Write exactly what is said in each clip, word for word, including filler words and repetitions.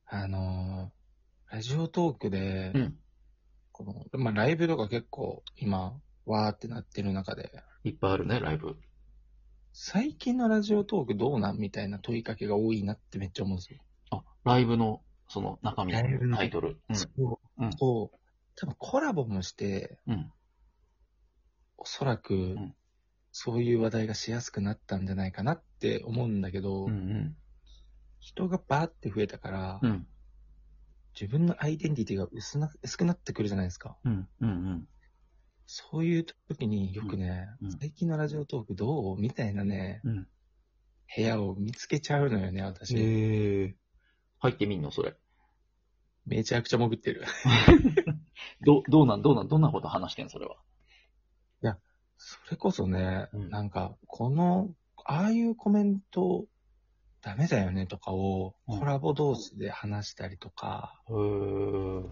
あのー、ラジオトークで、 うん。 この、まあ、ライブとか結構今、わーってなってる中で、 いっぱいあるね、ライブ。 最近のラジオトークどうなんみたいな問いかけが多いなってめっちゃ思うんですよ。 あ、ライブの、その中身、 ライブの、 タイトル。うん。 そう、 うん。 そう、多分コラボもして、 うん。 おそらく、 うん。 そういう話題がしやすくなったんじゃないかなって思うんだけうん。 ど、 うん。 人がバーって増えたから、 うん。 自分のアイデンティティが薄な、薄くなってくるじゃないですか。 うん。うん。 そういう時にようん。 くね、 うん。 最近のラジオトークどうみたいなね、 うん。 部屋を見つけちゃうのよね、私。 ええ。入ってみんのそれ。 めちゃくちゃ潜ってる。 ど、どうなん、どうなん、どんなこと話してん、それは。 いや、それこそね、 うん。 なんか、この、ああいうコメントダメだよねとかをうん。 コラボ同士で話したりとか、 へー。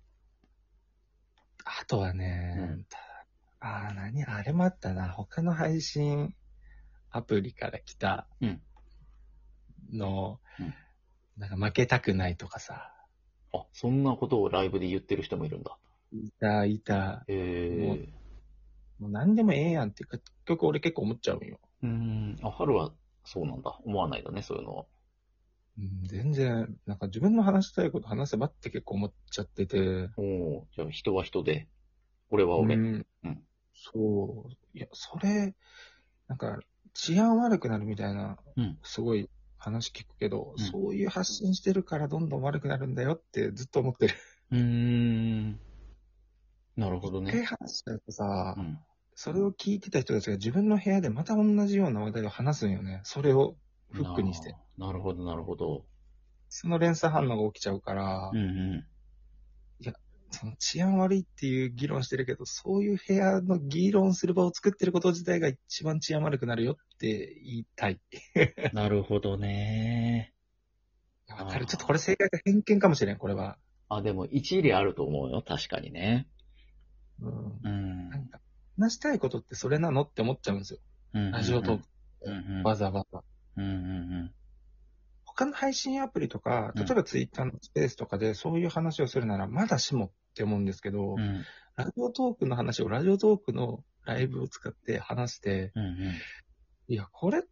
あとはうん。 ね、たああ、何あれもあったな。他の配信アプリから来たうん。 の、 うん。 なんか負けたくないとかさ、 あ、そんなことをライブで言ってる人もいるんだ。 いた、いた。もええ。 う、もう何でもええやんって、結局俺結構思っちゃうんよ。 うーん。あ、春はそうなんだ。思わないだね、そういうのは。 うん、全然、なんか自分の話したいこと話せばって結構思っちゃってて、 おお、じゃあ人は人で、俺は俺。 うん、 うん。 そう、いや、それ、なんか治安悪くなるみたいな、 うん。 すごい話聞くけど、 うん。 そういう発信してるからどんどん悪くなるんだよってずっと思ってる。 うーん。なるほ一どね。 回話しちゃうとさ、 うん。 それを聞いてた人たちが自分の部屋でまた同じような話題を話すんよね。それをフッなクにして。 あ、なるほど、なるほど。 その連鎖反応が起きちゃうから、 うんういや、その治安悪いっていう議論してるけど、そういう部屋の議論する場を作ってること自体が一番治安悪くなるよって言いたい。 ん。なるほどね。 わかる。ちょっとこれあ正解が偏見かもしれん、これは。 あ。あ、でも一理あると思うよ。確かにね。 うん。 うん。 なんか、話したいことってそれなのって思っちゃうんですよ。 うんうんラジオトークっうん。うんて。 うん。 わざわざ。 うんうん他の配信アプリとか、 うん。 例えばツイッターのスペースとかでそういう話をするならまだしもって思うんですけど、 うん。 ラジオトークの話をラジオトークのライブを使って話して、 うんうんいや、これって、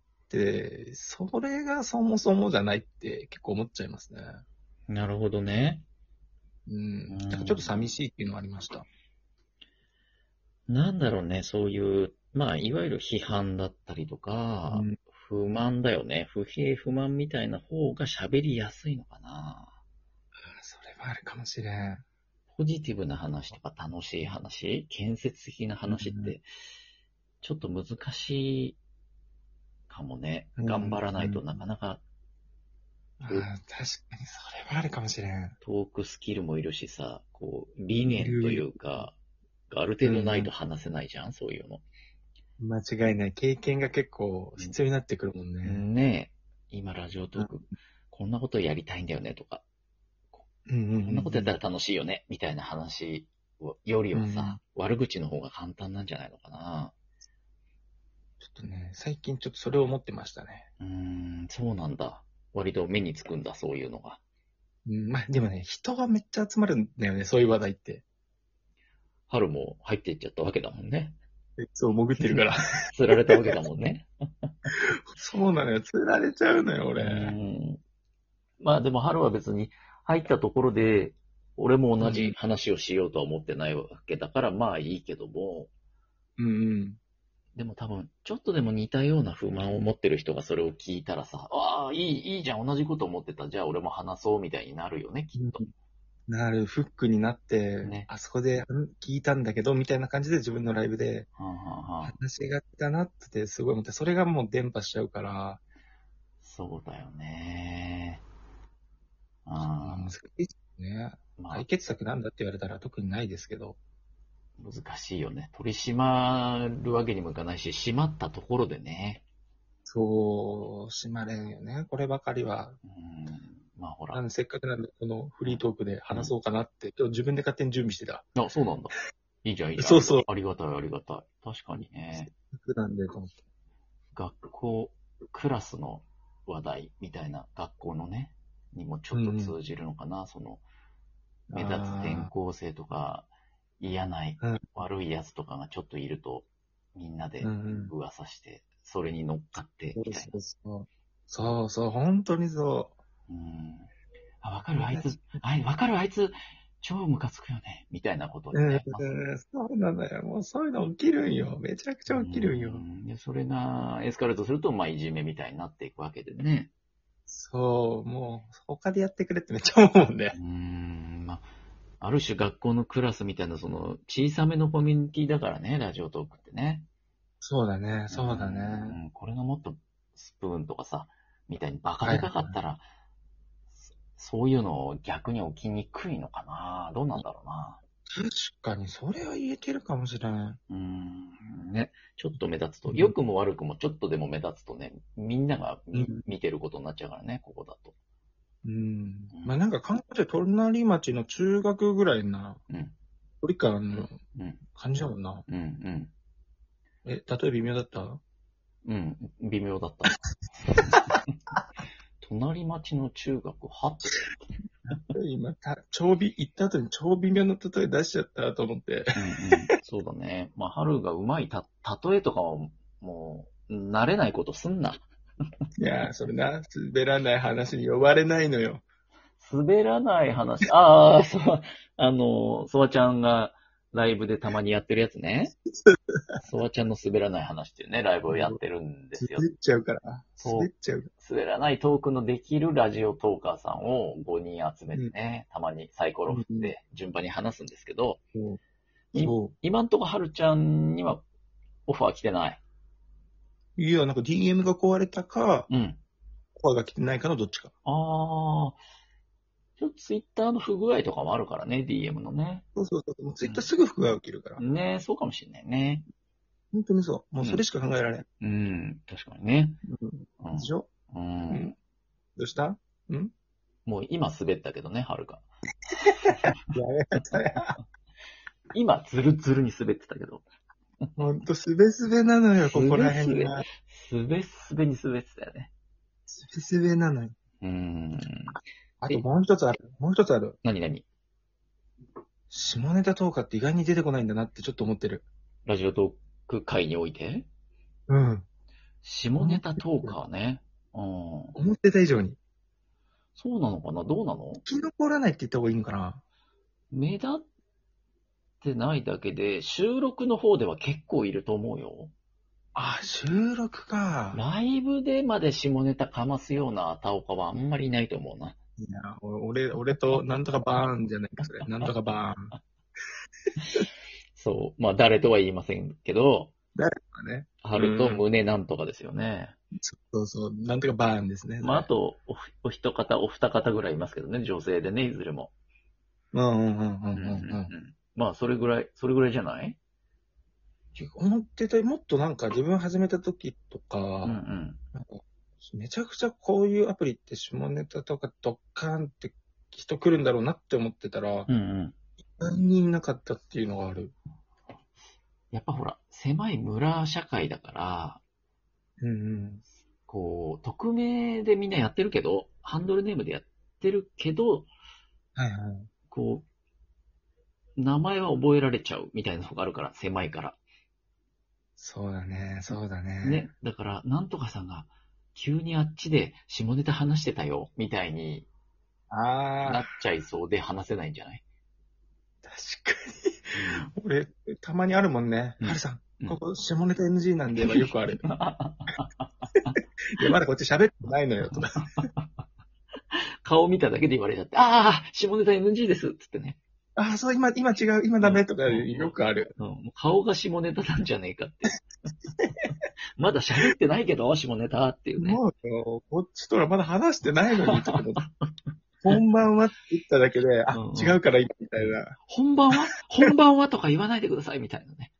それがそもそもじゃないって結構思っちゃいますね。 うん。なるほどね。 うん。 うなんかちょっとん。 寂しいっていうのはありました。 なんだろうね、そういう、まあ、いわゆる批判だったりとか、 うん。 不満だよね。不平不満みたいな方が喋りやすいのかな。 それはあるかもしれん。 ポジティブな話とか楽しい話、建設的な話っうん。 て、ちょっと難しいかもね。 うん。 頑張らないとうん。 なかなかああ、 ト確かにそれはあるかもしれん。 トークスキルもいるしさ、こう、理いるいる。 念というか、ある程度ないとうん話せないじゃん、そういうの。 うん。間違いない。経験が結構必要になってくるもんね。 ねえ、今ラジオトうんーク、こんなことやりたいんだよねとか、こうんうんこんなことやったうんら楽しいよね、みたいな話よりうん。うん。 はさ、悪口の方が簡単なんじゃないのかな。 ちょっとね、最近ちょっとそれを思ってましたね。 うーん、そうなんだ。割と目につくんだ、そういうのが。 うん、まあでもね、人はめっちゃ集まるんだよね、そういう話題って。 春も入っていっちゃったわけだもんね。 そう、潜ってるから。 釣られたわけだもんね。 そうなのよ、釣られちゃうのよ、 うー俺。 ん。まあでも春は別に入ったところで、俺も同じうん。 話をしようとは思ってないわけだから、まあいいけども、 うんうん。 でも多分、ちょっとでも似たような不満を持ってる人がそれを聞いたらさ、ああ、いい、いいじゃん、同じこと思ってた。じゃあ俺も話そうみたいになるよね、きっと。 なる、フックになって、 ね。 あそこでん聞いたんだけど、みたいな感じで自分のライブではんはんはん。 話が来たなってすごい思って、それがもう伝播しちゃうから、 そうだよね。 まあ、難あしいですね。 まあ、 解決策なんだって言われたら特にないですけど。 難しいよね。取り締まるわけにもいかないし、閉まったところでね。 そう、しまれんよね、こればかりは。 うん、まあほら。 なんでせっかくなんで、このフリーうん。 トークで話そうかなって、今日自分で勝手に準備してた。 あ、そうなんだ。いいじゃん、いいじゃん。ありが、 そうそう。 ありがたい、ありがたい。確かにね。 普段でと思って。 学校、クラスの話題みたいな学校のね。 にもちょっと通じるのかな、うん、その、目立つ転校生とか、嫌な、うん、悪いやつとかがちょっといると、みんなで噂して、それに乗っかって、みたいな。 そうそう。そうそう、本当にそう。 うん。あ、わかる、あいつ、あい、わかる、あいつ、超ムカつくよね、みたいなことにね。 うん、そうなんだよ。もうそういうの起きるんよ。めちゃくちゃ起きるんよ。 うんでそれがエスカレートすると、まあ、いじめみたいになっていくわけでね。 そう、もう、他でやってくれってめっちゃ思うもんね。 うん、まあ、ある種学校のクラスみたいな、その、小さめのコミュニティだからね、ラジオトークってね。 そうだね、そうだね。 うん、これがもっとスプーンとかさ、みたいにバカでかかったら、はい、そういうの逆に起きにくいのかな。どうなんだろうな。 確かに、それは言えてるかもしれない。 うん。ね。ちょっと目立つと、良くも悪くもちょっとでも目立つとね、みんなが見、うん、見てることになっちゃうからね、ここだと。 うん。うん、まあなんか考えて隣町の中学ぐらいな、うん。距離感の感じだもんな。 うん、うん。 え、例えば微妙だった？ うん、微妙だった。隣町の中学、はって。 今、た、超微、行った後に超微妙な例え出しちゃったと思って。うんうん。 そうだね。まあ、春がうまいた、例えとかは、もう、慣れないことすんな。 いやー、それな、滑らない話に呼ばれないのよ。 滑らない話。ああ、そう、あの、ソワちゃんがライブでたまにやってるやつね。ソワちゃんの滑らない話っていうね、ライブをやってるんですよ。 滑っちゃうから。滑っちゃう。 滑らないトークのできるラジオトーカーさんをごにん集めてね、うん、たまにサイコロ振って順番に話すんですけど、うん、今んとこはるちゃんにはオファー来てない。 いや、なんか ディーエム が壊れたか、うん。オファーが来てないかのどっちか。 ああ。ちょっとツイッターの不具合とかもあるからね、ディーエム のね。 そうそうそう。ツイッターすぐ不具合起きるから。 うん、ねそうかもしれないね。 本当にそう。もうそれしか考えられん。 うん、うん、確かにね。 うん。でしょうん。うん、どうしたんもう今滑ったけどね、はるか。 やめたや。 今、ズルズルに滑ってたけど。 ほんと、すべすべなのよ、ここら辺が。 すべすべに滑ってたよね。 すべすべなのよ。 うーん。 あともう一つある。もう一つある。 何何下ネタトーカーって意外に出てこないんだなってちょっと思ってる。 ラジオトーク界においてうん。 下ネタトーカーね。 うん。思ってた以上に。 そうなのかなどうなの生き残らないって言った方がいいのかな目立ってないだけで、収録の方では結構いると思うよ。 あ、収録か。 ライブでまで下ネタかますようなあたおかはあんまりいないと思うな。 いや、俺、俺となんとかバーンじゃないか、それ。なんとかバーン。 そう。まあ、誰とは言いませんけど。 誰かね。 春と胸なんとかですよね。 そうそう。なんとかバーンですね。 まあ、あとお、お一方、お二方ぐらいいますけどね。女性でね、いずれも。 うんうんうんうんうんうん。 まあ、それぐらい、それぐらいじゃない思ってた、もっとなんか自分始めた時とか、うんうん、なんかめちゃくちゃこういうアプリって下ネタとかドッカーンって人来るんだろうなって思ってたら、うんうん、意外にいなかったっていうのがある。 やっぱほら、狭い村社会だから、 うんうん、 こう、匿名でみんなやってるけど、ハンドルネームでやってるけど、 はいはい、 こう、名前は覚えられちゃうみたいなのがあるから、狭いから。 そうだね、そうだね。 ね、だから、なんとかさんが、急にあっちで下ネタ話してたよ、みたいになっちゃいそうで話せないんじゃない？ 確かに。俺、たまにあるもんね。はるさん、ここ下ネタ エヌジー なんではよくある。いや、まだこっち喋ってないのよ、とか。 顔見ただけで言われちゃって、ああ、下ネタ エヌジー です、つってね。 ああ、そう、今、今違う、今ダメとかよくある。 うんうん、顔が下ネタなんじゃねえかって。まだ喋ってないけど、下ネタっていうね。 もう、こっちとらまだ話してないのに、とか。本番はって言っただけで、あ、うんうん、違うからいい、みたいな。 本番は本番はとか言わないでください、みたいなね。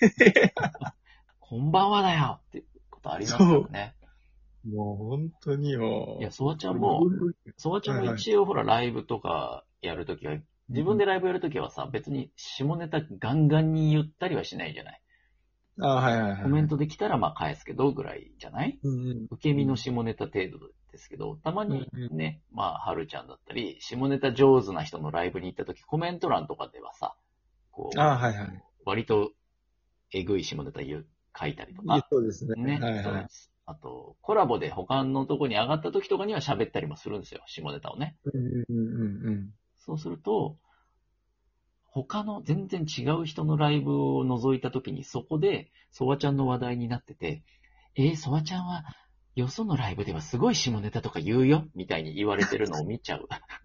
本番はだよっていうことありますからね。 もう本当によ。 いや、ソワちゃんも、ソワちゃんも一応ほら、ライブとかやるときは、自分でライブやるときはさ、別に下ネタガンガンに言ったりはしないじゃない。 あはいはいはい。 コメントできたらまあ返すけどぐらいじゃない、 うんうん、 受け身の下ネタ程度ですけど、たまにね、 うんうん、 まあ、はるちゃんだったり、下ネタ上手な人のライブに行った時、コメント欄とかではさ、こう、 あはいはい。 割とえぐい下ネタ言う、書いたりとか、 そうですね。 ね、 はいはい。 そうです。あと、コラボで他のとこに上がった時とかには喋ったりもするんですよ、下ネタをね。 うんうんうんうん。 そうすると、他の全然違う人のライブを覗いた時に、そこで、ソワちゃんの話題になってて、えー、ソワちゃんは、よそのライブではすごい下ネタとか言うよみたいに言われてるのを見ちゃう。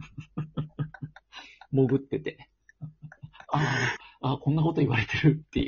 潜ってて。ああ、あこんなこと言われてるっていう。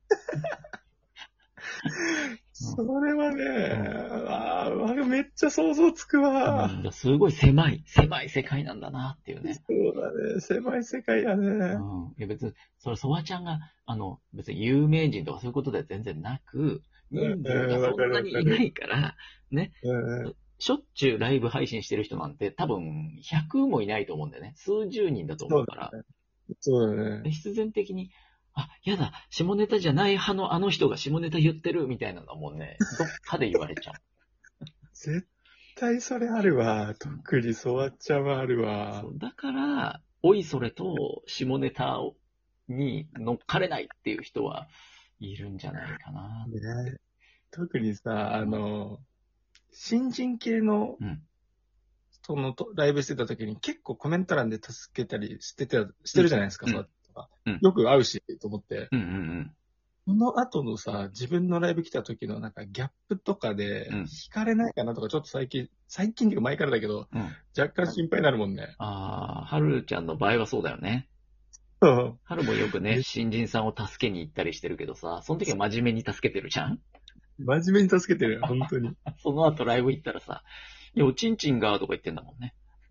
それはね、うん、ああ、めっちゃ想像つくわ、 うん。すごい狭い、狭い世界なんだなっていうね。 そうだね、狭い世界やね。 うん。いや別に、それ、ソワちゃんが、あの、別に有名人とかそういうことでは全然なく、人数がそんなにいないから、ね。うんしょっちゅうライブ配信してる人なんて多分ひゃくもいないと思うんだよね。数十人だと思うから。 そうだね。 必然的に、あ、やだ、下ネタじゃない派のあの人が下ネタ言ってるみたいなのはもうね、どっかで言われちゃう。 絶対それあるわ。特にソワちゃんはあるわ。 そうだから、おいそれと下ネタに乗っかれないっていう人はいるんじゃないかな。 ね、特にさ、あの、新人系の、うん、そのライブしてた時に結構コメント欄で助けたりしてて、してるじゃないですか、うん、そううん、よく会うし、と思って。 うんうんうんその後のさ、自分のライブ来た時のなんかギャップとかで、惹かれないかなとか、ちょっと最近、最近っていうか前からだけど、うん、若干心配になるもんね。 ああ、はるちゃんの場合はそうだよね。 うん。 はるもよくね、新人さんを助けに行ったりしてるけどさ、その時は真面目に助けてるじゃん？ 真面目に助けてるよ、本当に。 その後ライブ行ったらさ、いや、おちんちんがとか言ってんだもんね。